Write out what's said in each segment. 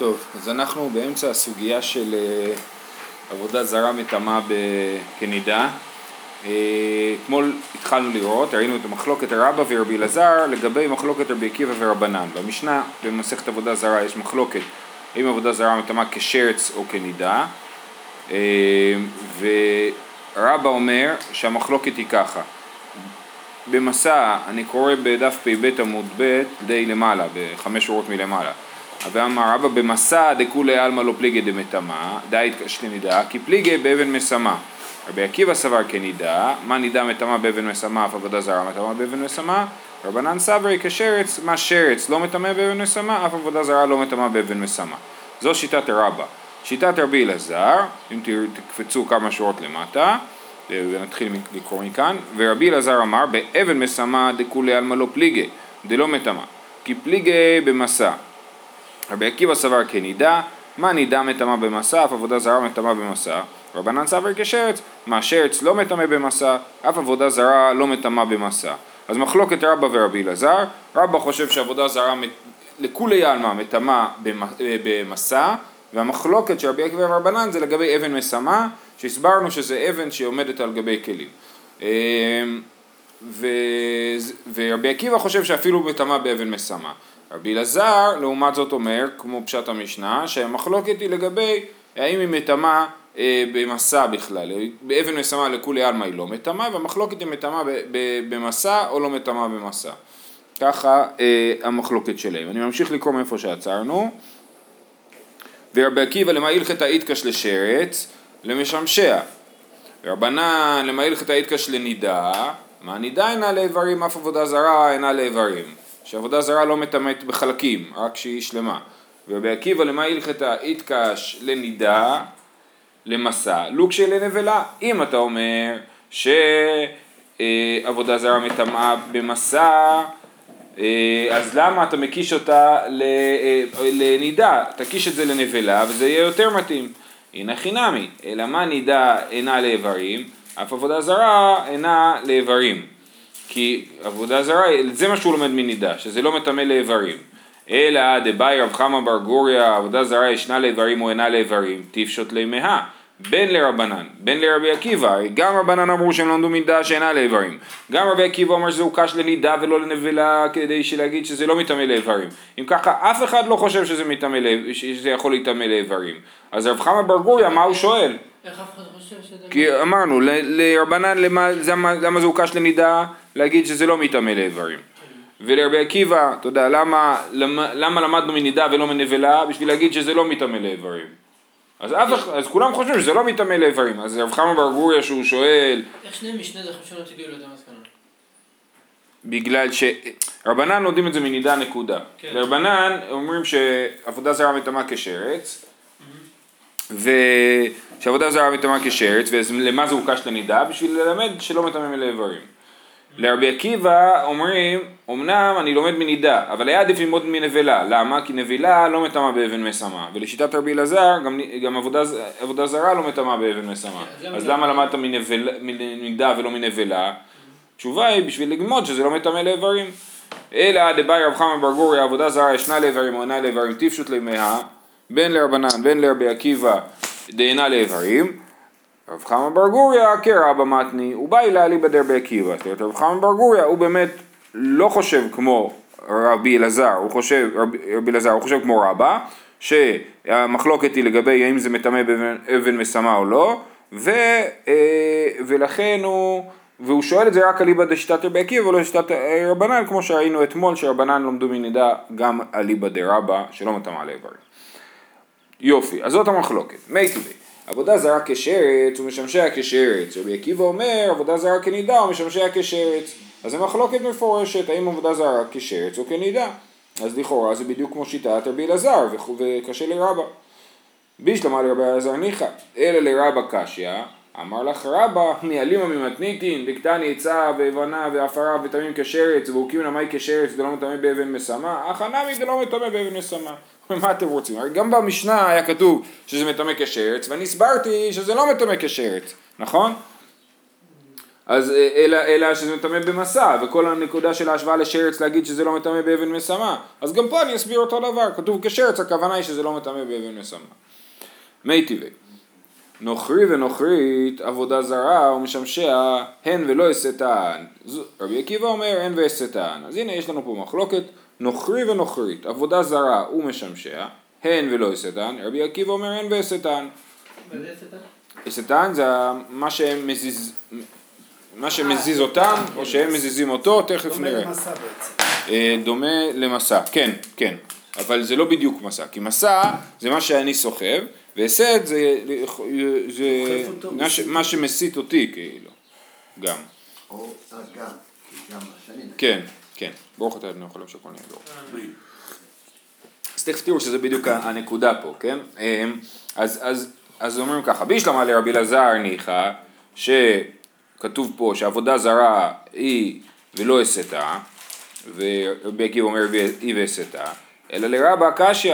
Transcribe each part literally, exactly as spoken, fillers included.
טוב, אז אנחנו באמצע הסוגיה של עבודה זרה מטמאה כנידה. אתמול התחלנו לראות, ראינו את המחלוקת רבא ורבי אלעזר לגבי מחלוקת רבי עקיבא ורבנן. במשנה במסכת עבודה זרה יש מחלוקת האם עבודה זרה מטמאה כשרץ או כנידה, ורבא אומר שהמחלוקת היא ככה. במסע, אני קורא בדף פ"ב עמוד ב' די למעלה, בחמש שורות מלמעלה. ואמר רבא במסע דכולי עלמא לא פליגי דמטמאה, דאית כשנידה, כי פליגי באבן משמה. רבי עקיבא סבר כנידה, מה נידה מטמאה באבן משמה, אף עבודה זרה מטמאה באבן משמה. רבנן סברי כשרץ, מה שרץ לא מטמא באבן משמה, אף עבודה זרה לא מטמאה באבן משמה. זו שיטת רבא. שיטת רבי אלעזר, אם תקפצו כמה שורות למטה, ונתחיל לקרוא מכאן, ורבי אלעזר אמר באבן משמה דכולי עלמא לא פליגי, דלא מטמאה, כי פליגי במסע. רבי עקיבא סבר כנידה, מה נידה מטמאה במסע, אף עבודה זרה מטמאה במסע. רבנן סבר כשרץ, מה שרץ לא מטמא במסע, אף עבודה זרה לא מטמאה במסע. אז מחלוקת רבא ורבי אלעזר, רבא חושב שעבודה זרה לכולי עלמא מטמאה במסע, והמחלוקת של רבי עקיבא ורבנן זה לגבי אבן משמה, שהסברנו שזה אבן שעומדת על גבי כלים. ו... ורבי עקיבא חושב שאפילו מטמאה באבן משמה. רבי אלעזר לעומת זאת אומר, כמו פשט המשנה, שהמחלוקת היא לגבי האם היא מטמאה אה, במסע בכלל. באבן משמה לכולי עלמא היא לא מטמאה, והמחלוקת היא מטמאה במסע או לא מטמאה במסע. ככה אה, המחלוקת שלהם. אני ממשיך לקרוא מאיפה שעצרנו. ורבי עקיבא למה הלכת האיתקש לשרץ למשמשיה. ורבנן למה הלכת האיתקש לנידה, מה נידה אינה לאיברים, אף עבודה זרה אינה לאיברים. שעבודה זרה לא מטמאת בחלקים, רק שהיא שלמה. ורבי עקיבא למה הלכת האיתקש לנידה למסע, לוקשה לנבלה. אם אתה אומר שעבודה זרה מטמאה במסע, אז למה אתה מקיש אותה לנידה? תקיש את זה לנבלה וזה יהיה יותר מתאים. הנה חינמי, אלא מה נידה אינה לאיברים, אף עבודה זרה אינה לאיברים. כי עבודה זרה, זה מה שהוא לומד מנידה, שזה לא מטמא לאיברים. אלא דבאי רב חמא בר גוריא, עבודה זרה ישנה לאיברים או אינה לאיברים, תפשוט לימאה. בין לרבנן, בין לרבי עקיבא, גם רבנן אמרו שהם למדו מידה שאינה לאיברים. גם רבי עקיבא אומר שזה הוקש לנידה ולא לנבלה כדי להגיד שזה לא מטמא לאיברים. אם ככה, אף אחד לא חושב שזה, מטמא, שזה יכול להטמא לאיברים. אז רב חמא בר גוריא, מה הוא שואל? איך אף אחד חושב שזה... כי אמרנו, לרבנן, למה זה הוקש לנידה? להגיד שזה לא מטמא לאיברים. ולרבי עקיבא, אתה יודע, למה, למה, למה למדנו מנידה ולא מנבלה? בשביל להגיד שזה לא מטמא לאיברים. אז, אף, אז כולם חושבים שזה לא מטמא לאיברים. אז רב חמא בר גוריא שהוא שואל... איך שני משנה זה חושב שלא תגיעו לאותה מסקנה? בגלל שרבנן לומדים את זה מנידה נקודה. כן. לרבנן אומרים שעבודה זרה מטמאה כשרץ, ושעבודה זרה מטמאה כשרץ, ולמה זה הוקש לנידה? בשביל ללמד שלא מטמא לאיברים. לרבי עקיבא אומרים, אמנם אני לומד מנידה, אבל היה עדיף ללמוד מנבלה. למה? כי נבלה לא מטמאה באבן משמה. ולשיטת רבי אלעזר, גם, גם עבודה, עבודה זרה לא מטמאה באבן משמה. אז למה למדת מנידה ולא מנבלה? התשובה היא בשביל לגמוד שזה לא מטמא לאיברים. אלא דבאי רב חמא בר גוריא, עבודה זרה ישנה לאיברים או אינה לאיברים, תפשוט לימאה, בין לרבנן, בין לרבי עקיבא, דאינה לאיברים. רב חמא בר גוריא כרבא מתני, הוא בא אליי אליבא דרבי עקיבא. רב חמא בר גוריא הוא באמת לא חושב כמו רבי אלעזר, הוא חושב, רבי, רבי אלעזר, הוא חושב כמו רבא, שהמחלוקת היא לגבי האם זה מטמא באבן משמה או לא, ו, ולכן הוא, והוא שואל את זה רק אליבא דשיטת רבי עקיבא ולא שיטת רבנן, כמו שראינו אתמול שרבנן לומדו מנידה גם אליבא דרבא שלא מטמא לאיברים. יופי, אז זאת המחלוקת. מי טבעי. עבודה זרה כשרץ ומשמשיה כשרץ. רבי עקיבא אומר עבודה זרה כנידה ומשמשיה כשרץ. אז זה מחלוקת מפורשת, האם עבודה זרה כשרץ או כנידה. אז לכאורה זה בדיוק כמו שיטת רבי אלעזר וקשה לרבא. בישלמה לרבי אלעזר ניחא, אלא לרבא קשיא, אמר לך רבא, מעלימה ממתניתין, דקתני עצה והבנה והפרה ותמים כשרץ, והוקים נמי כשרץ, דלא מטמא באבן משמה, אך הנמי דלא מטמא באבן משמה. מה אתם רוצים? גם במשנה היה כתוב שזה מטמא כשרץ, ואני הסברתי שזה לא מטמא כשרץ, נכון? אז אלא, אלא שזה מטמא במסע, וכל הנקודה של ההשוואה לשרץ להגיד שזה לא מטמא באבן מסמה, אז גם פה אני אסביר אותו דבר, כתוב כשרץ, הכוונה היא שזה לא מטמא באבן מסמה. מי טבעי, נוכרי ונוכרית עבודה זרה ומשמשיה הן ולא הסתן. רבי עקיבא אומר הן והסתן. אז הנה יש לנו פה מחלוקת, נוכרי ונוכרית עבודה זרה ומשמשיה הן ולא הסתן. רבי עקיבא אומר הן והסתן. הסתן זה מה שמזיז, מה שמזיז אותם או שהם מזיזים אותו, תכף נראה. דומה למסע בעצם. דומה למסע, כן, כן. אבל זה לא בדיוק מסע, כי מסע זה מה שאני סוחב, והסד זה, זה מה שמסית אותי כאילו, גם. או גם, גם השני. כן, כן. ברוך אתה אדוני יכולים שכל נהיה ברוך. אז תכף תראו שזה בדיוק הנקודה פה, כן? אז, אז, אז אומרים ככה, בישלמה לרבי אלעזר ניחא, שכתוב פה שעבודה זרה היא ולא הסתה, ורבי עקיבא אומר היא והסתה, אלא לרבא קשיא.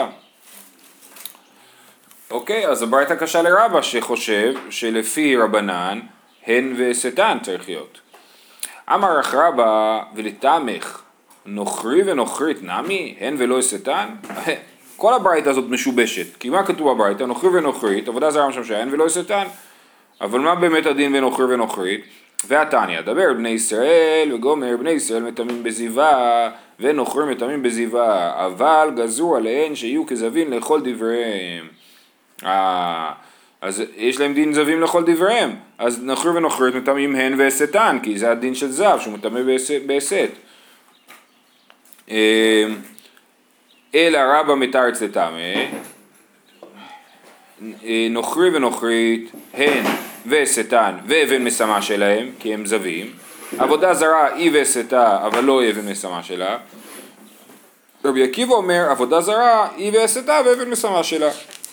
אוקיי, אז הברייתא קשה לרבא שחושב שלפי רבנן הן והסתן צריך להיות. אמר רח רבא ולתמך נוכרי ונוכרית נמי הן ולא הסתן. כל הברייתא הזאת משובשת, כי מה כתוב בברייתא? נוכרי ונוכרית, עבודה זרה משמשה הן ולא הסתן. אבל מה באמת הדין בנוכרי ונוכרית? והתניא, דבר בני ישראל וגומר בני ישראל מטמאים בזיווה ונוכרים מטמאים בזיווה, אבל גזרו עליהן שיהיו כזבין לכל דבריהם. אה, אז יש להם דין זבים לכל דבריהם, אז נוכרי ונוכרית מטמאים הן והסתן, כי זה הדין של זב שהוא מטמא בהסת. אלא רבא מתרץ לטמא, נוכרי ונוכרית הן והסתן ואבן מסמה שלהם, כי הם זבים. עבודה זרה היא והסתה, אבל לא אבן מסמה שלה. רבי עקיבא אומר, עבודה זרה היא והסתה ואבן מסמה שלה.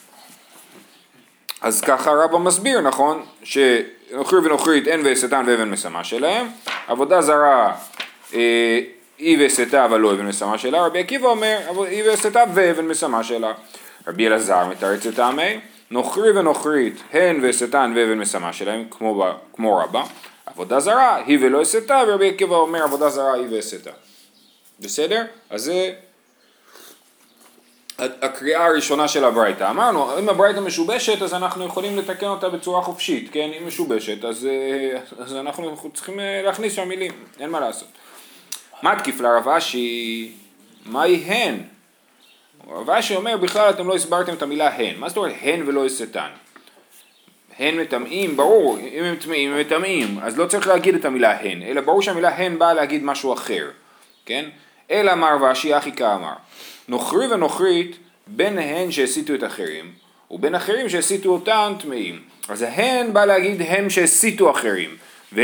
אז ככה רבא מסביר, נכון? שנוכרי ונוכרית הן והסתן ואבן מסמה שלהם. עבודה זרה אה, היא והסתה, אבל לא אבן מסמה שלה. רבי עקיבא אומר, היא והסתה ואבן מסמה שלה. רבי אלעזר מתרץ לטעמי, נוכרי ונוכרית הן והסתן ואבן מסמה שלהם, כמו, כמו רבא. עבודה זרה היא ולא הסתה, ורבי עקיבא אומר עבודה זרה היא והסתה. בסדר? אז זה הקריאה הראשונה של הברייתא. אמרנו, אם הברייתא משובשת, אז אנחנו יכולים לתקן אותה בצורה חופשית, כן? אם משובשת, אז, אז אנחנו צריכים להכניס שם מילים, אין מה לעשות. מה תקיף לרב אשי? מהי הן? רב אשי אומר, בכלל אתם לא הסברתם את המילה הן. מה זאת אומרת הן ולא הסתן? הן מטמאים, ברור, אם הם טמאים, הם מטמאים, אז לא צריך להגיד את המילה הן, אלא ברור שהמילה הן באה להגיד משהו אחר, כן? אלא אמר רב אשי אחי כאמר, נוכרי ונוכרית בין הן שהסיתו את אחרים, ובין אחרים שהסיתו אותם טמאים. אז ההן בא להגיד הם שהסיתו אחרים,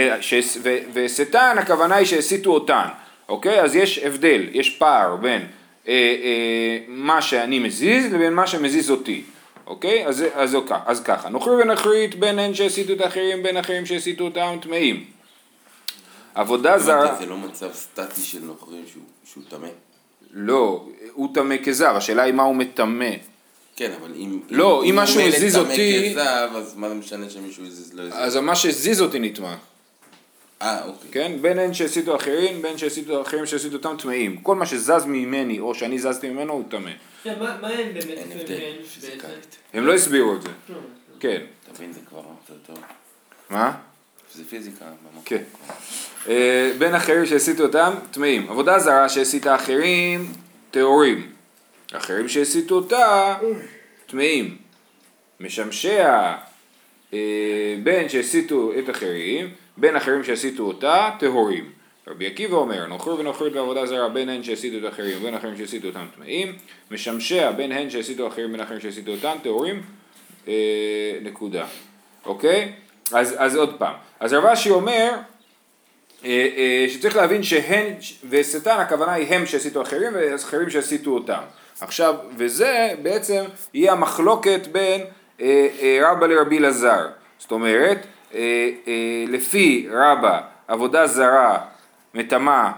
וסתן הכוונה היא שהסיתו אותן, אוקיי? אז יש הבדל, יש פער בין אה, אה, מה שאני מזיז לבין מה שמזיז אותי. אוקיי? אז, אז, אז ככה, נוכרי ונוכרית בין הן שהסיתו את האחרים, בין אחרים שהסיתו אותם טמאים. עבודה זרה... זה לא מצב סטטי של נוכרים שהוא, שהוא טמא? לא, הוא טמא כזב, השאלה היא מה הוא מטמא. כן, אבל אם... לא, אם משהו הזיז אותי... כזב, אז מה זה משנה שמישהו הזיז לא הזיז? אז מה שהזיז אותי נטמא. אה, אוקיי. כן? בין הן שהסיתו אחרים, בין שהסיתו אחרים שהסיתו אותם טמאים. כל מה שזז ממני או שאני זזתי ממנו הוא טמא. מה הם באמת? אין הבדל, פיזיקלית. הם לא הסבירו את זה. כן. תבין, זה כבר יותר טוב. מה? זה פיזיקה. כן. בין אחרים שהסיתו אותם טמאים. עבודה זרה שהסיתה אחרים טהורים. אחרים שהסיתו אותה טמאים. משמשיה בין שהסיתו את אחרים, בין אחרים שהסיתו אותה טהורים. רבי עקיבא אומר, נוכרי ונוכרית בעבודה זרה בין הן שהסיתו את אחרים ובין אחרים שהסיתו אותם טמאים, משמשיה בין הן שהסיתו אחרים בין אחרים שהסיתו אותם טהורים, אה, נקודה. אוקיי? אז, אז עוד פעם. אז רב אשי אומר אה, אה, שצריך להבין שהן וסתן הכוונה היא הם שהסיתו אחרים ואחרים שהסיתו אותם. עכשיו, וזה בעצם יהיה המחלוקת בין אה, אה, רבא לרבי אלעזר. זאת אומרת, אה, אה, לפי רבא עבודה זרה מטמא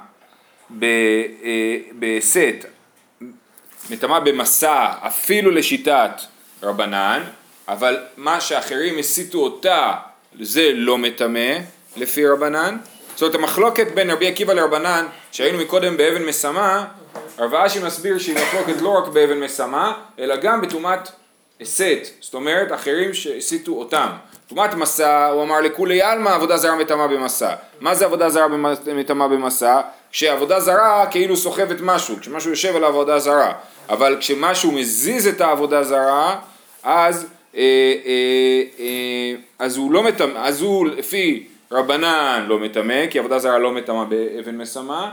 בסת, מטמא במסע אפילו לשיטת רבנן, אבל מה שאחרים הסיתו אותה זה לא מטמא, לפי רבנן. זאת אומרת, המחלוקת בין רבי עקיבא לרבנן, שהיינו מקודם באבן מסמה, רב אשי מסביר שהיא מחלוקת לא רק באבן מסמה, אלא גם בטומאת הסת, זאת אומרת, אחרים שהסיתו אותם. טומאת מסע, הוא אמר לכולי עלמא, עבודה זרה מטמאה במסע. מה זה עבודה זרה מטמאה במסע? כשעבודה זרה כאילו סוחבת משהו, כשמשהו יושב על העבודה זרה, אבל כשמשהו מזיז את העבודה זרה, אז, אה, אה, אה, אז הוא לא מטמא, אז הוא לפי רבנן לא מטמא, כי עבודה זרה לא מטמאה באבן מסמה,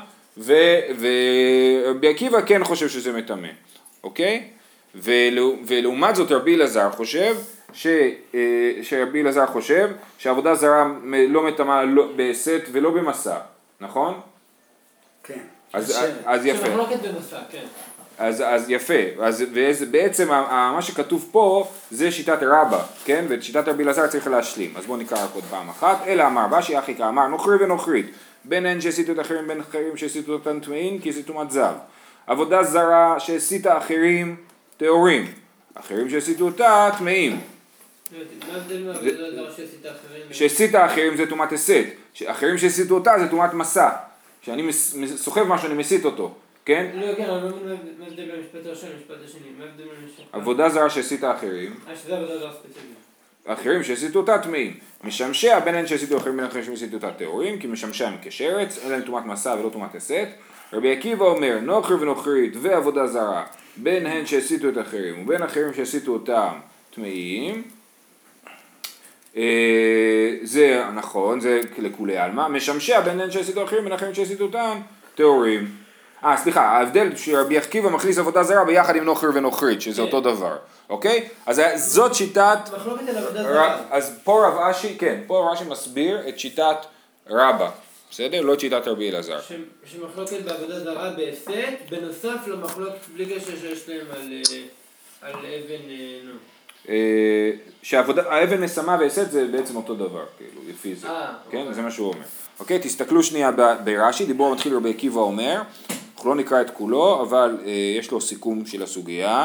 ורבי עקיבא כן חושב שזה מטמא, אוקיי? ולעומת זאת רבי אלעזר חושב, ש, שרבי אלעזר חושב שעבודה זרה לא מטמאה בסת ולא במסע, נכון? כן. אז, אז יפה. שמחלוקת במסע, כן. אז, אז יפה, אז בעצם מה שכתוב פה זה שיטת רבא, כן? ואת שיטת רבי אלעזר צריך להשלים, אז בואו נקרא רק עוד פעם אחת. אלא אמר באשי אחי כאמר נוכרי ונוכרית, בין הן שהסיתו את אחרים בין אחרים שהסיתו אותן טמאים כי זה טומאת זב. עבודה זרה שהסיתה אחרים טהורים, אחרים שהסיתו אותה טמאים. מה ההבדל מהעבודה זרה שהסיתה אחרים? שהסיתה אחרים זה טומאת הסת, אחרים שהסיתו אותה זה טומאת מסע. כשאני סוחב משהו אני מסית אותו, כן? לא, כן, אבל מה ההבדל במשפט הראשון למשפט השני? מה ההבדל במשפט? עבודה זרה שהסיתה אחרים. אה, שזה עבודה זרה ספציפית. אחרים שהסיתו אותה טמאים. משמשיה בין הן שהסיתו אחרים בין אחרים שהסיתו אותה טהורים, כי משמשיה הם כשרץ, אלא הם טומאת מסע ולא טומאת הסת. רבי עקיבא אומר נוכרי ונוכרית ועבודה זרה בין הן שהסיתו את אחרים ובין אחרים שהסיתו אותם טמאים. זה נכון, זה לכולי עלמא. משמשיה בין הן שהסיתו אחרים בין אחרים שהסיתו אותם טהורים. אה, סליחה, ההבדל שרבי עקיבא מכניס עבודה זרה ביחד עם נוכרי ונוכרית, שזה אותו דבר, אוקיי? אז זאת שיטת... מחלוקת על עבודה זרה. אז פה רב אשי, כן, פה רב אשי מסביר את שיטת רבא, בסדר? לא את שיטת רבי אלעזר. שמחלוקת בעבודה זרה בהסת, בנוסף למחלוקת בלי קשר שיש להם על אבן, נו. שהאבן מסמה והסת זה בעצם אותו דבר, כאילו, לפי זה, כן? זה מה שהוא אומר. אוקיי, תסתכלו שנייה ברש"י, דיבור מתחיל רבי עקיבא אומר, אנחנו לא נקרא את כולו, אבל יש לו סיכום של הסוגיה.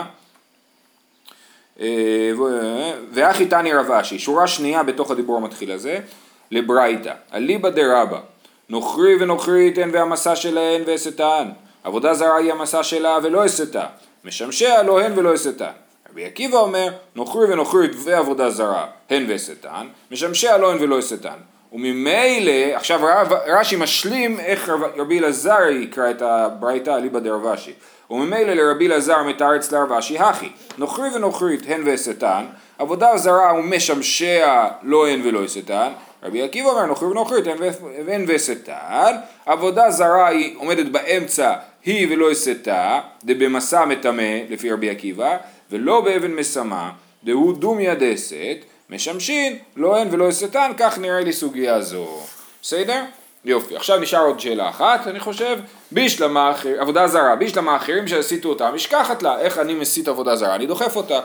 ואחי תני רב אשי, שורה שנייה בתוך הדיבור המתחיל הזה, לברייתא, אליבא דרבא, נוכרי ונוכרית הן והמסע שלהן והסתן, עבודה זרה היא המסע שלה ולא הסתה, משמשיה לא הן ולא הסתן. רבי עקיבא אומר, נוכרי ונוכרית ועבודה זרה הן והסתן, משמשיה לא הן ולא הסתן. וממילא, עכשיו רש"י משלים איך רבי אלעזר יקרא את הברייתא אליבא דרב אשי. וממילא לרבי אלעזר מתרץ לרב אשי הכי, נוכרי ונוכרית הן והסתן, עבודה זרה ומשמשיה לא הן ולא הסתן. רבי עקיבא אומר נוכרי ונוכרית הן והסתן, עבודה זרה היא עומדת באמצע היא ולא הסתה, דבמסע מטמא לפי רבי עקיבא, ולא באבן מסמה, דהוא דומיה דסת, משמשין, לא הן ולא הסתן, כך נראה לי סוגיה זו. בסדר? יופי. עכשיו נשאר עוד שאלה אחת, אני חושב, בישלמה אחר, עבודה זרה, בישלמה אחרים שהסיתו אותה, משכחת לה, איך אני מסית עבודה זרה, אני דוחף אותה.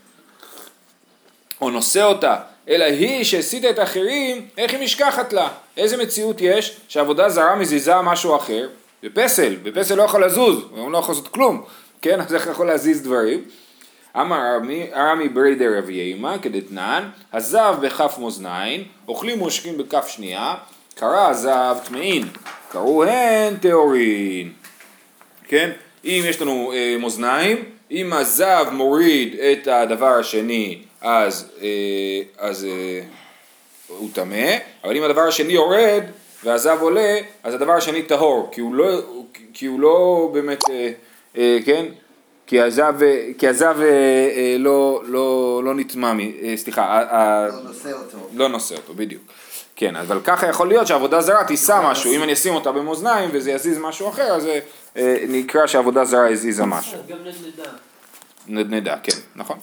או נושא אותה, אלא היא שהסיתה את האחרים, איך היא משכחת לה? איזה מציאות יש שעבודה זרה מזיזה משהו אחר? בפסל, בפסל לא יכול לזוז, הוא לא יכול לעשות כלום, כן? אז איך יכול להזיז דברים? אמר ארמי בריידר רב ימה כדתנן, הזב בכף מאזניים, אוכלים מושקים בכף שנייה, קרא הזב טמאין, קראו הן טהורין. כן? אם יש לנו אה, מאזניים, אם הזב מוריד את הדבר השני, אז, אה, אז אה, הוא טמא, אבל אם הדבר השני יורד והזב עולה, אז הדבר השני טהור, כי הוא לא, כי הוא לא באמת, אה, אה, כן? כי הזב, כי הזב אה, לא, לא, לא נטמע, אה, סליחה, אה, לא נושא אותו. לא נושא אותו, בדיוק. כן, אבל ככה יכול להיות שעבודה זרה תישא משהו, אם אני אשים אותה במאזניים וזה יזיז משהו אחר, אז אה, נקרא שעבודה זרה הזיזה משהו. גם נדנדה. נדנדה, כן, נכון.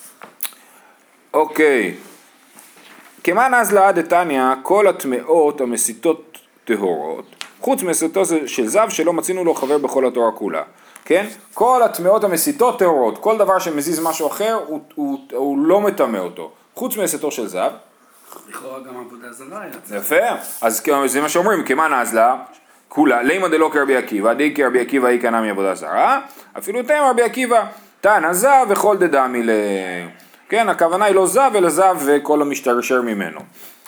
אוקיי. כמן אז לעד דתניא, כל הטמאות המסיתות טהורות, חוץ מסיתו של זב שלא מצינו לו חבר בכל התורה כולה. כן? כל הטמאות המסיתות טהורות, כל דבר שמזיז משהו אחר, הוא, הוא, הוא לא מטמא אותו. חוץ מסיתו של זב. לכאורה גם עבודה זרה. יפה. אז זה מה שאומרים, כמן אז לה, כולה, לימא דלא כרבי עקיבא, די כרבי עקיבא היא קנה מעבודה זרה, אפילו תאם רבי עקיבא, תן הזב וכל דדמי ל... כן, הכוונה היא לא זב, אלא זב וכל המשתרשר ממנו.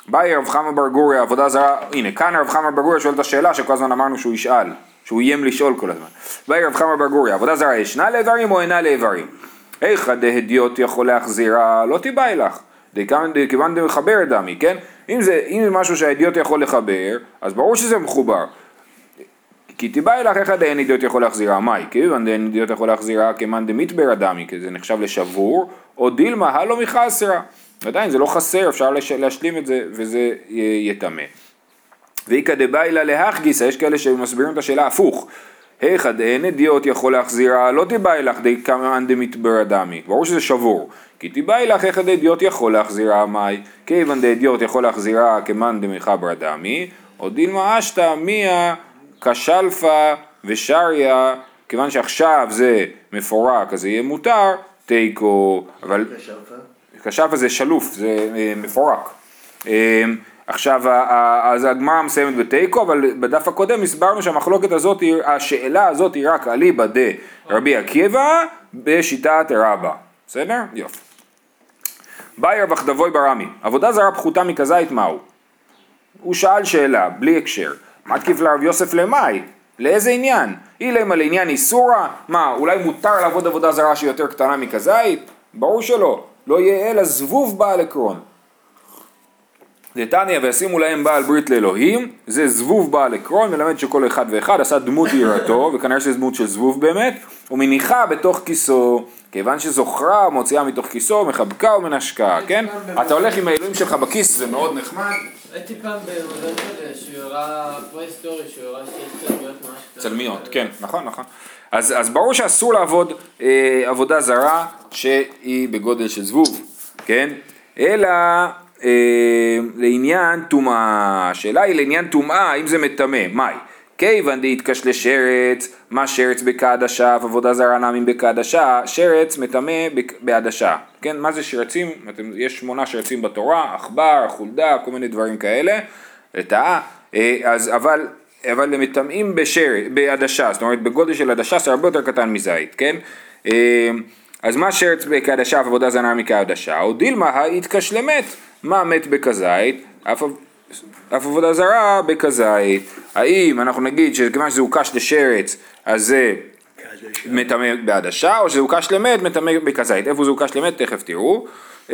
באי רב חמא בר גוריא עבודה זרה, הנה כאן רב חמא בר גוריא שואל את השאלה שכל הזמן אמרנו שהוא ישאל, שהוא איים לשאול כל הזמן. באי רב חמא בר גוריא עבודה זרה ישנה לאיברים או אינה לאיברים? היכא דהדיוט יכול להחזירה לא תיבאי לך, כיוון דמחבר דמי, כן? אם זה, אם זה משהו שהאידיוט יכול לחבר, אז ברור שזה מחובר. כי תיבאי לך איך דהן אידיוט יכול להחזירה, מהי? כיוון דהן אידיוט יכול להחזירה כמאן דמתבר הדמי, כי זה נחשב לשבור, או דילמה הלא מחסרה. עדיין זה לא חסר, אפשר להשלים את זה וזה יתאמה. ואיקא דבאי לה להחגיסה, יש כאלה שמסבירים את השאלה הפוך. היכא דהן אידיוט יכול להחזירה, לא תיבאי לך די כמאן דמתבר הדמי. ברור שזה שבור. כי תיבאי לך איך דהדיוט יכול להחזירה, מהי? כיוון דהדיוט יכול להחזירה כמאן דמחבר הדמי, או דילמה אשתא מיה כשלפה ושריה, כיוון שעכשיו זה מפורק אז זה יהיה מותר, תיקו, אבל כשלפה זה שלוף, זה מפורק. עכשיו, אז הגמרא מסיימת בתיקו, אבל בדף הקודם הסברנו שהמחלוקת הזאת, השאלה הזאת היא רק אליבא דרבי עקיבא בשיטת רבא. בסדר? יופי. באי רב אחדבוי ברמי, עבודה זרה פחותה מכזית מהו? הוא שאל שאלה, בלי הקשר. מתקיף לרב יוסף למאי? לאיזה עניין? אילמה לעניין איסורה? מה, אולי מותר לעבוד עבודה זרה שהיא יותר קטנה מכזית? ברור שלא. לא יהיה אלא זבוב בעל עקרון. דתניא וישימו להם בעל ברית לאלוהים, זה זבוב בעל עקרון, מלמד שכל אחד ואחד עשה דמות יראתו, וכנראה שזה דמות של זבוב באמת, ומניחה בתוך כיסו, כיוון שזוכרה מוציאה מתוך כיסו, מחבקה ומנשקה, כן? אתה הולך עם האלוהים שלך בכיס, זה מאוד נחמד. הייתי פעם במודל כזה, שהוא הראה פרה-היסטורי, שהוא הראה שיש צלמיות ממש קטנות. צלמיות, כן, נכון, נכון. אז, אז ברור שאסור לעבוד אה, עבודה זרה שהיא בגודל של זבוב, כן? אלא אה, לעניין טומאה, השאלה היא לעניין טומאה, האם זה מטמא, מהי? כיוון דהתקשלה שרץ, מה שרץ בקדשה, עבודה זרה נמים בקדשה, שרץ מטמא בעדשה, כן? מה זה שרצים? יש שמונה שרצים בתורה, עכבר, חולדה, כל מיני דברים כאלה, לטעה, אז אבל, אבל הם מטמאים בשרץ, בעדשה, זאת אומרת בגודל של עדשה זה הרבה יותר קטן מזית, כן? אז מה שרץ בקדשה, עבודה זרה נמים בקדשה, או דילמה ההתקשלה מת, מה מת בכזית? אף אף עבודה זרה בכזית. האם אנחנו נגיד שכיוון שזה הוקש לשרץ אז זה מטמא בעדשה, או שזה הוקש למת מטמא בכזית? איפה זה הוקש למת? תכף תראו.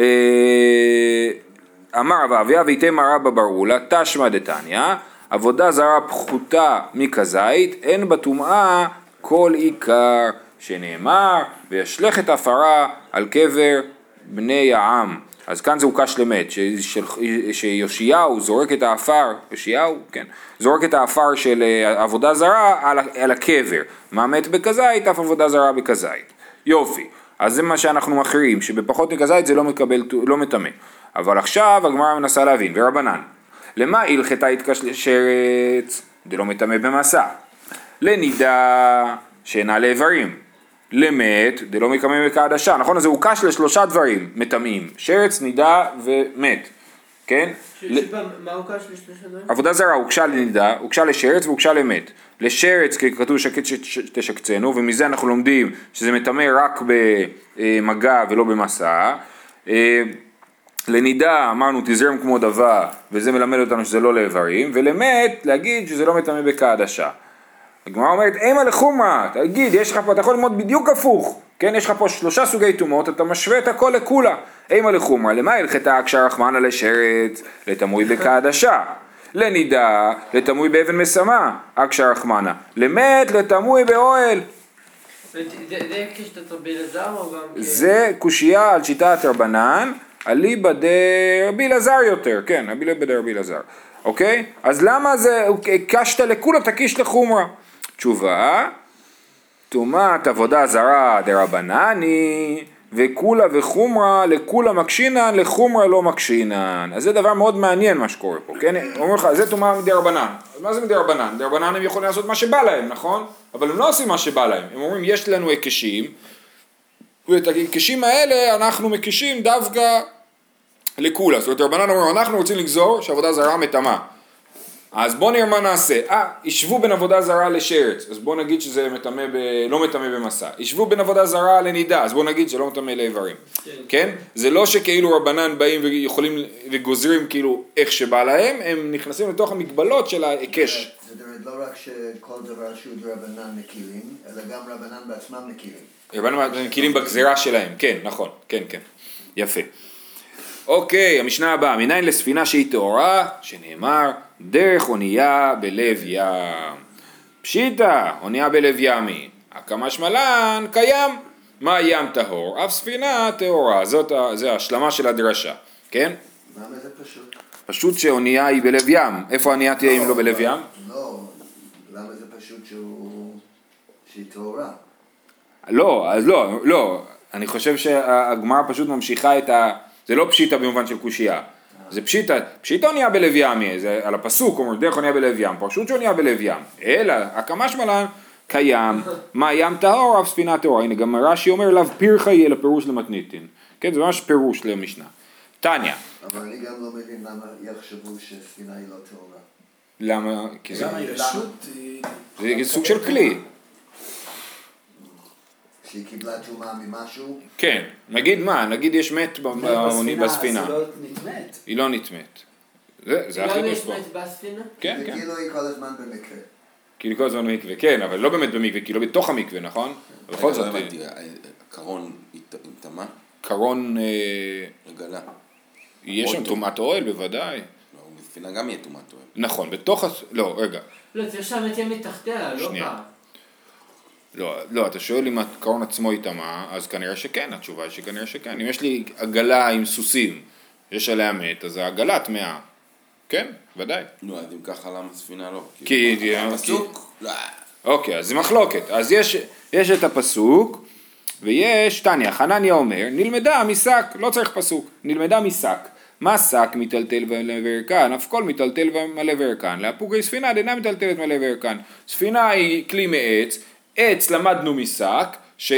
אמר רב אביה ויתמה רבא בר אולה תשמע דתניא, עבודה זרה פחותה מכזית, אין בטומאה כל עיקר, שנאמר וישלך את עפרה על קבר בני העם. אז כאן זה הוקש למת, שיושיהו זורק את האפר, יושיהו, כן, זורק את האפר של עבודה זרה על, על הקבר. מה מת בכזית? אף עבודה זרה בכזית. יופי. אז זה מה שאנחנו מכריעים, שבפחות מכזית זה לא מקבל, לא מטמא. אבל עכשיו הגמרא מנסה להבין, ורבנן, למה הלכתה התקשלה שרץ? זה לא מטמא במסע. לנידה שאינה לאיברים. למת, זה לא מקמא בקדשה, נכון? אז זה הוקש לשלושה דברים מטמאים, שרץ, נידה ומת, כן? מה הוקש לשלושה דברים? עבודה זרה הוקשה לנידה, הוקשה לשרץ והוקשה למת. לשרץ כי כתוב שקט שתשקצנו, ומזה אנחנו לומדים שזה מטמא רק במגע ולא במסע. לנידה אמרנו תזרם כמו דבה, וזה מלמד אותנו שזה לא לאיברים, ולמת להגיד שזה לא מטמא בקדשה. הגמרא אומרת, אימה לחומרה, תגיד, יש לך פה, אתה יכול ללמוד בדיוק הפוך, כן, יש לך פה שלושה סוגי טומאות, אתה משווה את הכל לכולה, אימה לחומרה, למה הלכתה הקשר רחמנה לשרץ, לתמוי בקדשה, לנידה, לתמוי באבן מסמה, הקשר רחמנה, למת, לתמוי באוהל. זה קשת רבי אלעזר או גם? זה קושייה על שיטת רבנן, אליבא דרבי אלעזר יותר, כן, אליבא דרבי אלעזר, אוקיי? אז למה זה, קשת לכולה, תקיש לחומרה. תשובה, טומאת עבודה זרה דרבנני, וכולה וחומרה, לכולה מקשינן, לחומרה לא מקשינן. אז זה דבר מאוד מעניין מה שקורה פה, כן? אומר לך, זה טומאה מדרבנן. אז מה זה מדרבנן? דרבנן הם יכולים לעשות מה שבא להם, נכון? אבל הם לא עושים מה שבא להם. הם אומרים, יש לנו הקשים, ואת הקשים האלה אנחנו מקישים דווקא לכולה. זאת אומרת, דרבנן אומרים, אנחנו רוצים לגזור שעבודה זרה מטמאה. אז בוא נראה מה נעשה. אה, ישבו בין עבודה זרה לשרץ, אז בוא נגיד שזה מטמא ב... לא מטמא במסע. ישבו בין עבודה זרה לנידה, אז בוא נגיד שלא מטמא לאיברים. כן. כן? זה לא שכאילו רבנן באים ויכולים וגוזרים כאילו איך שבא להם, הם נכנסים לתוך המגבלות של ההיקש. זאת אומרת, לא רק שכל דבר שהוא רבנן מקילים, אלא גם רבנן בעצמם מקילים. רבנן מקילים בגזירה שלהם, כן, נכון, כן, כן. יפה. אוקיי, המשנה הבאה, מניין לספינה שהיא טהורה, שנאמר, דרך אונייה בלב ים. פשיטה, אונייה בלב ימי. הקמשמלן קיים. מה ים טהור? אף ספינה טהורה. זאת, זה ההשלמה של הדרשה, כן? למה זה פשוט? פשוט שאונייה היא בלב ים. איפה האונייה תהיה אם לא בלב ים? לא, למה זה פשוט שהוא... שהיא טהורה? לא, אז לא, לא. אני חושב שהגמרא פשוט ממשיכה את ה... זה לא פשיטה במובן של קושייה. זה פשיטה, פשיטה אונייה בלב ימי, זה על הפסוק, אומר דרך אונייה בלב ים, פשוט שאונייה בלב ים. אלא, הקמשמלן קיים, מה ים טהור, אף ספינה טהורה. הנה, גם רש"י אומר, לאו פירחה יהיה לפירוש למתניתין. כן, זה ממש פירוש למשנה. תניא. אבל אני גם לא מבין למה יחשבו שספינה היא לא טהורה. למה? כי זה... גם הישות... זה סוג של כלי. שהיא קיבלה תרומה ממשהו? כן, נגיד מה, נגיד יש מת בספינה. זה לא נטמאת. היא לא נטמאת. זה, זה גם החידוש יש פה. מת בספינה? כן, כן. וכאילו היא כל הזמן במקרה. כאילו כל הזמן במקווה, כן, אבל לא באמת במקווה, כאילו בתוך המקווה, נכון? בכל זאת, קרון עם תמה? קרון, רגלה. יש שם טומאת אוהל, בוודאי. לא, בספינה גם יהיה טומאת אוהל. נכון, בתוך, לא, רגע. לא, צריך שהמת יהיה מתחתיה, לא שנייה. פעם. לא, לא, אתה שואל אם הקרון עצמו יטמא, אז כנראה שכן, התשובה היא שכנראה שכן. אם יש לי עגלה עם סוסים, יש עליה מת, אז העגלה טמאה. כן, ודאי. נו, אז אם ככה למה ספינה לא? כי... הפסוק? לא. אוקיי, אז זה מחלוקת. אז יש, יש את הפסוק, ויש, תניא, חנניה אומר, נלמדה משק, לא צריך פסוק, נלמדה משק. מה שק מטלטל ומלא וערכן? אף כל מטלטל ומלא וערכן. להפוגי ספינה דנה מטלטלת מלא וערכן. ספינה היא כלי מעץ, עץ למדנו משק, ש,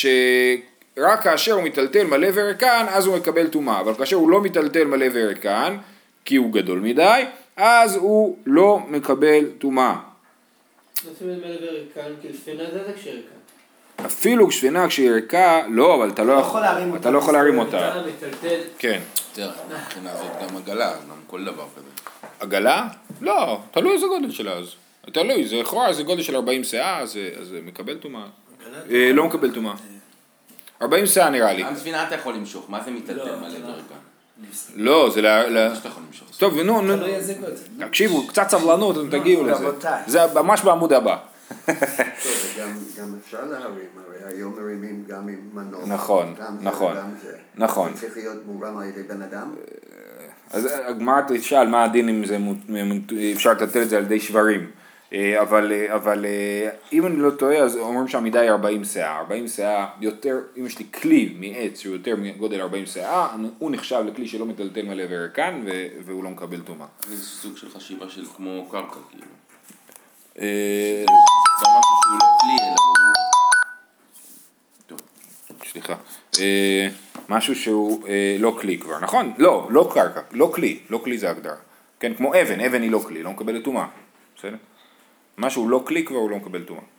שרק כאשר הוא מטלטל מלא וערכן, אז הוא מקבל טומאה. אבל כאשר הוא לא מטלטל מלא וערכן, כי הוא גדול מדי, אז הוא לא מקבל טומאה. נושאים את מלא וערכן, כי ספינה זה זה כשערכן. אפילו כשפינה כשהיא ערכה, לא, אבל אתה לא יכול להרים אותה. אתה לא יכול להרים אותה. אתה מטלטל. כן. תראה, מבחינה הזאת גם עגלה, גם כל דבר כזה. עגלה? לא, תלוי איזה גודל שלה אז. תלוי, זה לכאורה, זה גודל של ארבעים סאה, אז זה מקבל טומאה. לא מקבל טומאה. ארבעים סאה נראה לי. גם ספינה אתה יכול למשוך, מה זה מטלטל מלא וערכן? לא, זה ל... שאתה יכול למשוך. טוב, נו, נו. תקשיבו, קצת סבלנות, אתם תגיעו לזה. זה ממש בעמוד הבא. טוב, גם אפשר להרים, הרי היום מרימים גם עם מנוף. נכון, נכון, נכון. זה צריך להיות מורם על ידי בן אדם? אז הגמרא תשאל מה הדין אם זה אפשר לטלטל את זה על ידי שברים. אבל, אבל אם אני לא טועה, אז אומרים שהמידה היא ארבעים סאה. ארבעים סאה יותר, אם יש לי כלי מעץ שהוא יותר מגודל ארבעים סאה, הוא נחשב לכלי שלא מטלטל מלא וערכן, והוא לא מקבל טומאה. זה סוג של חשיבה של כמו קרקע, כאילו. זה משהו שהוא לא כלי, אלא הוא... טוב. סליחה. משהו שהוא לא כלי כבר, נכון? לא, לא קרקע, לא כלי, לא כלי זה הגדרה. כן, כמו אבן, אבן היא לא כלי, לא מקבלת טומאה. בסדר? משהו לא כלי כבר הוא לא מקבל טומאה.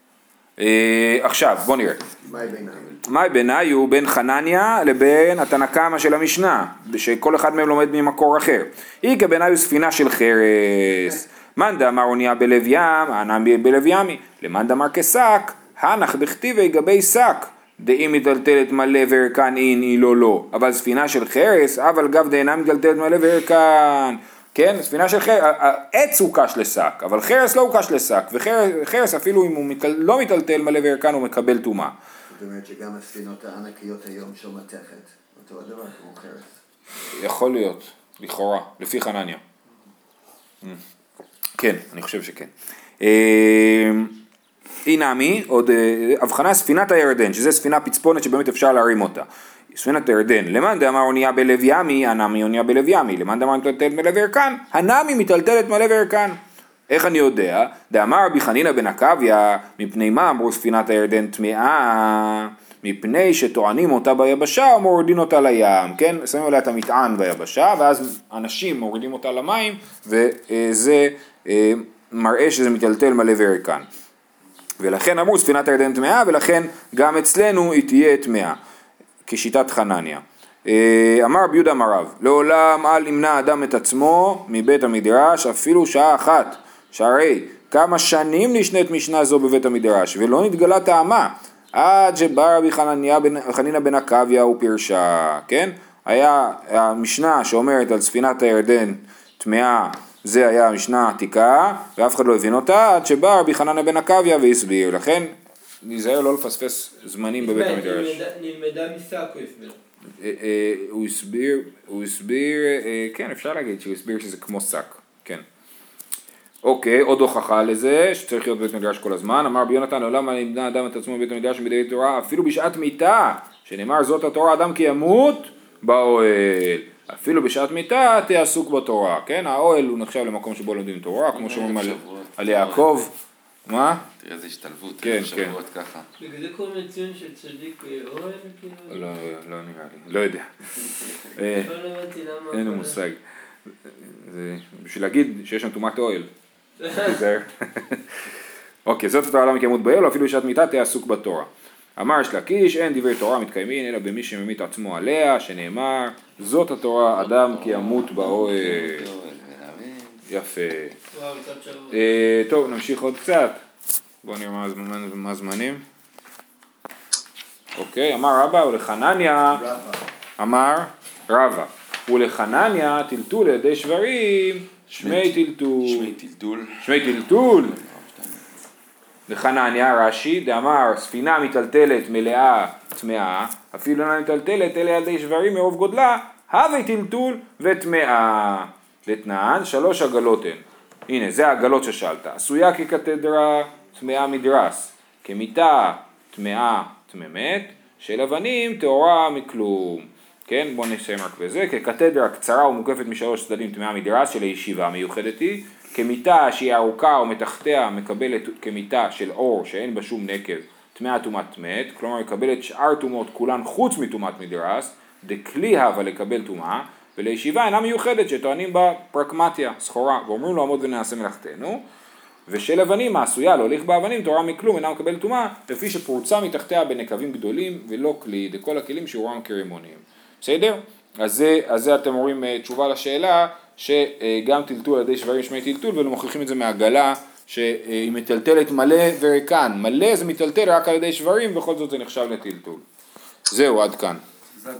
עכשיו, בוא נראה. מהי בעיניי הוא בין חנניה לבין התנא קמא של המשנה, שכל אחד מהם לומד ממקור אחר. היא כבעיניי הוא ספינה של חרס. מאן דאמר אונייה בלב ים, הנם בלב ימי. למאן דאמר כשק, הנח דכתיבי גבי שק. דאם מטלטלת מלא וערכן אין היא לא לא. אבל ספינה של חרס, אבל גב דאינה מטלטלת מלא וערכן. כן, ספינה של חרס, העץ הוא קש לשק, אבל חרס לא הוא קש לשק, וחרס אפילו אם הוא מתל, לא מטלטל מלא וערכן הוא מקבל טומאה. זאת אומרת שגם הספינות הענקיות היום של מתכת, אותו הדבר כמו חרס. יכול להיות, לכאורה, לפי חנניה. כן, אני חושב שכן. הנה מי, עוד הבחנה ספינת הירדן, שזה ספינה פצפונת שבאמת אפשר להרים אותה. ספינת הירדן, למאן דאמר אונייה בלב ימי, הנמי אונייה בלב ימי, למאן דאמר מטלטלת מלא וערכן, הנמי מטלטלת מלא וערכן. איך אני יודע? דאמר רבי חנינא בן עקביא, מפני מה אמרו ספינת הירדן טמאה, מפני שטוענים אותה ביבשה או מורידים אותה לים, כן? שמים עליה את המטען ביבשה, ואז אנשים מורידים אותה למים, וזה מראה שזה מטלטל מלא וריקן. ולכן אמרו ספינת הירדן טמאה, ולכן גם אצלנו היא תהיה טמאה, כשיטת חנניה. אמר רבי יהודה אמר רב, לעולם אל ימנע אדם את עצמו מבית המדרש אפילו שעה אחת, שהרי כמה שנים נשנית משנה זו בבית המדרש, ולא נתגלה טעמה, עד שבא רבי חנינא בן עקביא ופרשה, כן? היה המשנה שאומרת על ספינת הירדן טמאה, זה היה המשנה עתיקה, ואף אחד לא הבין אותה, עד שבא רבי חנינא בן עקביא והסביר, לכן נזהר לא לפספס זמנים בבית המדרש. נלמדה משק הוא הסביר. הוא הסביר, הוא הסביר, כן, אפשר להגיד שהוא הסביר שזה כמו שק, כן. אוקיי, עוד הוכחה לזה, שצריך להיות בית מדרש כל הזמן. אמר רבי יונתן, לעולם אל ימנע אדם את עצמו בבית המדרש מדי תורה, אפילו בשעת מיתה, שנאמר זאת התורה, אדם כי ימות באוהל. אפילו בשעת מיתה תהיה עסוק בתורה, כן? האוהל הוא נחשב למקום שבו לומדים תורה, כמו שאומרים על, על יעקב. מה? תראה איזה השתלבות, כן, כן. שבועות ככה. בגלל זה קוראים לציון של צדיק אוהל? לא, לא נראה לי, לא יודע. לא הבנתי למה. אין לי מושג. זה בשביל להגיד שיש שם טומאת אוהל. אוקיי, זאת התורה לא מקיימות באוהל, אפילו בשעת מיתה תהיה עסוק בתורה. אמר יש לקיש, אין דברי תורה מתקיימים, אלא במי שממית עצמו עליה, שנאמר, זאת התורה, אדם כי ימות באוהל. יפה. טוב, נמשיך עוד קצת. בואו נראה מה הזמנים. אוקיי, אמר רבא ולחנניה, אמר רבא, ולחנניה טלטול לידי שברים, שמי טלטול. שמי טלטול. שמי טלטול. לחנניה רש"י דאמר ספינה מטלטלת מלאה טמאה, אפילו אינה מטלטלת אלא ידי שברים מרוב גודלה, הווי טלטול וטמאה. לתנן שלוש עגלות הן. הנה זה העגלות ששאלת. עשויה כקתדרה טמאה מדרס, כמיטה טמאה טממת, של אבנים טהורה מכלום. כן, בואו נסיים רק בזה. כקתדרה קצרה ומוקפת משלוש צדדים טמאה מדרס של הישיבה מיוחדת היא, כמיטה שהיא ארוכה ומתחתיה מקבלת כמיטה של אור שאין בה שום נקב, טמאה טומאת מת, כלומר מקבלת שאר טומאות כולן חוץ מטומאת מדרס, דכלי הווה לקבל טומאה, ולישיבה אינה מיוחדת שטוענים בה פרקמטיה, סחורה, ואומרים לו עמוד ונעשה מלאכתנו, ושל אבנים העשויה להוליך באבנים תורה מכלום אינה מקבלת טומאה, לפי שפרוצה מתחתיה בנקבים גדולים ולא כלי, דכל הכלים שיעורם כרימונים. בסדר? אז זה, אז זה אתם רואים תשובה לשאלה, שגם טלטול על ידי שברים שמי טלטול, ומוכיחים את זה מהגלה שהיא מטלטלת מלא וריקן. מלא זה מטלטל רק על ידי שברים, בכל זאת זה נחשב לטלטול. זהו, עד כאן.